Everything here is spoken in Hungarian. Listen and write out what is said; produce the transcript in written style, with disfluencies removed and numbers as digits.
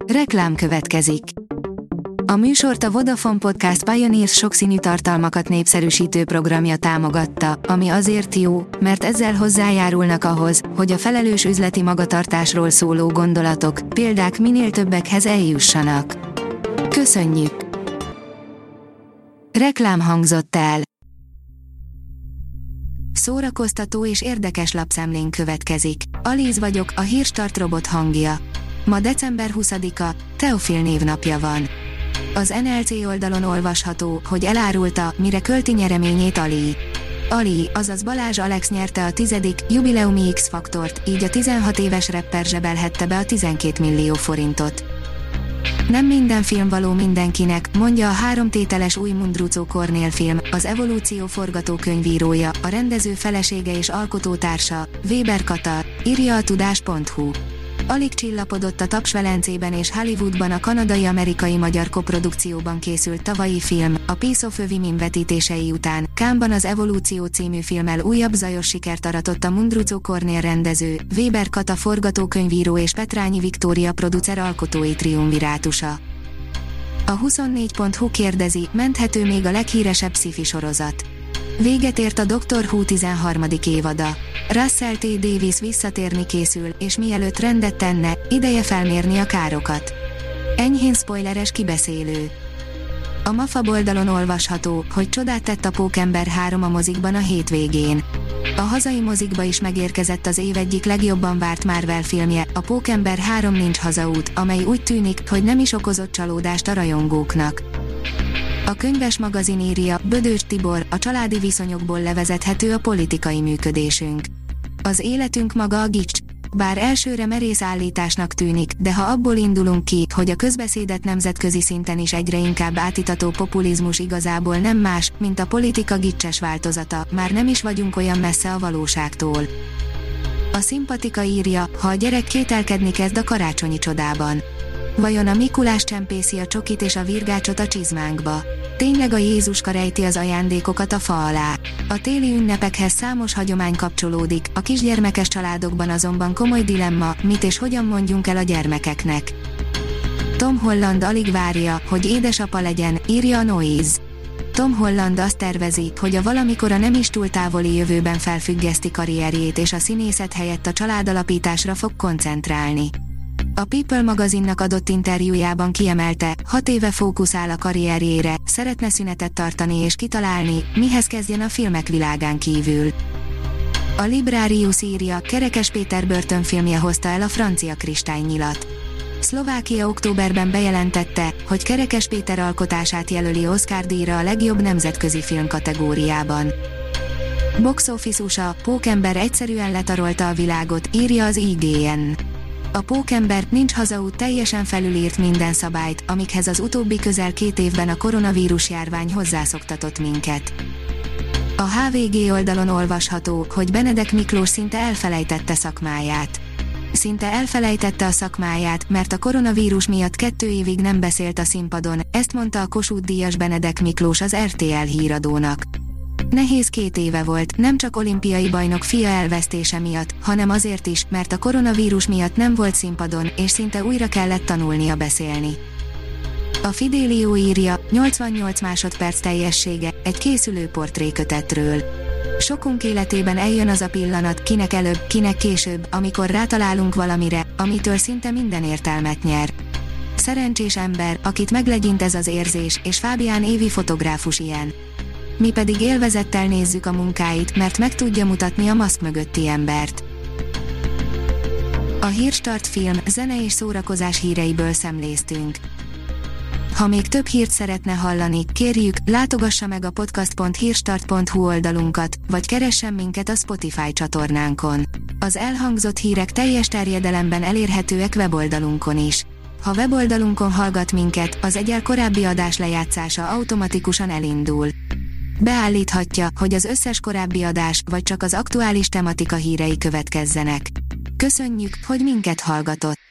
Reklám következik. A műsort a Vodafone Podcast Pioneers sokszínű tartalmakat népszerűsítő programja támogatta, ami azért jó, mert ezzel hozzájárulnak ahhoz, hogy a felelős üzleti magatartásról szóló gondolatok, példák minél többekhez eljussanak. Köszönjük! Reklám hangzott el. Szórakoztató és érdekes lapszemlén következik. Alíz vagyok, a Hírstart robot hangja. Ma december 20-a, Teofil névnapja van. Az NLC oldalon olvasható, hogy elárulta, mire költi nyereményét Ali. Ali, azaz Balázs Alex nyerte a 10. jubileumi X-faktort, így a 16 éves rapper zsebelhette be a 12 millió forintot. Nem minden film való mindenkinek, mondja a 3 tételes új Mundruczó Kornél film, az Evolúció forgatókönyvírója, a rendező felesége és alkotótársa, Weber Kata, írja a tudás.hu. Alig csillapodott a Taps-Velencében és Hollywoodban a kanadai-amerikai-magyar koprodukcióban készült tavalyi film, a Piece of a Woman vetítései után, Cannes-ban az Evolúció című filmmel újabb zajos sikert aratott a Mundruczó Kornél rendező, Weber Kata forgatókönyvíró és Petrányi Viktória producer alkotói triumvirátusa. A 24.hu kérdezi, menthető még a leghíresebb sci-fi sorozat. Véget ért a Doctor Who 13. évada. Russell T. Davies visszatérni készül, és mielőtt rendet tenne, ideje felmérni a károkat. Enyhén spoileres kibeszélő. A MAFA oldalon olvasható, hogy csodát tett a Pókember 3 a mozikban a hétvégén. A hazai mozikba is megérkezett az év egyik legjobban várt Marvel filmje, a Pókember 3 Nincs hazaút, amely úgy tűnik, hogy nem is okozott csalódást a rajongóknak. A Könyves magazin írja, Bödös Tibor, a családi viszonyokból levezethető a politikai működésünk. Az életünk maga a gics. Bár elsőre merész állításnak tűnik, de ha abból indulunk ki, hogy a közbeszédet nemzetközi szinten is egyre inkább átítató populizmus igazából nem más, mint a politika gicses változata, már nem is vagyunk olyan messze a valóságtól. A Szimpatika írja, ha a gyerek kételkedni kezd a karácsonyi csodában. Vajon a Mikulás csempészi a csokit és a virgácsot a csizmánkba? Tényleg a Jézuska rejti az ajándékokat a fa alá? A téli ünnepekhez számos hagyomány kapcsolódik, a kisgyermekes családokban azonban komoly dilemma, mit és hogyan mondjunk el a gyermekeknek. Tom Holland alig várja, hogy édesapa legyen, írja a Noise. Tom Holland azt tervezi, hogy a valamikor a nem is túl távoli jövőben felfüggeszti karrierjét és a színészet helyett a családalapításra fog koncentrálni. A People magazinnak adott interjújában kiemelte, 6 éve fókuszál a karrierjére, szeretne szünetet tartani és kitalálni, mihez kezdjen a filmek világán kívül. A Librarius írja, Kerekes Péter börtönfilmje hozta el a francia kristálynyilat. Szlovákia októberben bejelentette, hogy Kerekes Péter alkotását jelöli Oscar-díjra a legjobb nemzetközi film kategóriában. Box Office USA, Pókember egyszerűen letarolta a világot, írja az IGN. A Pókember Nincs hazaút teljesen felülírt minden szabályt, amikhez az utóbbi közel 2 évben a koronavírus járvány hozzászoktatott minket. A HVG oldalon olvasható, hogy Benedek Miklós szinte elfelejtette szakmáját. Szinte elfelejtette a szakmáját, mert a koronavírus miatt 2 évig nem beszélt a színpadon, ezt mondta a Kossuth-díjas Benedek Miklós az RTL híradónak. Nehéz 2 éve volt, nem csak olimpiai bajnok fia elvesztése miatt, hanem azért is, mert a koronavírus miatt nem volt színpadon, és szinte újra kellett tanulnia beszélni. A Fidelio írja, 88 másodperc teljessége, egy készülő portrékötetről. Sokunk életében eljön az a pillanat, kinek előbb, kinek később, amikor rátalálunk valamire, amitől szinte minden értelmet nyer. Szerencsés ember, akit meglegyint ez az érzés, és Fábián Évi fotográfus ilyen. Mi pedig élvezettel nézzük a munkáit, mert meg tudja mutatni a maszk mögötti embert. A Hírstart film, zene és szórakozás híreiből szemléztünk. Ha még több hírt szeretne hallani, kérjük, látogassa meg a podcast.hírstart.hu oldalunkat, vagy keressen minket a Spotify csatornánkon. Az elhangzott hírek teljes terjedelemben elérhetőek weboldalunkon is. Ha weboldalunkon hallgat minket, az egyel korábbi adás lejátszása automatikusan elindul. Beállíthatja, hogy az összes korábbi adás, vagy csak az aktuális tematika hírei következzenek. Köszönjük, hogy minket hallgatott!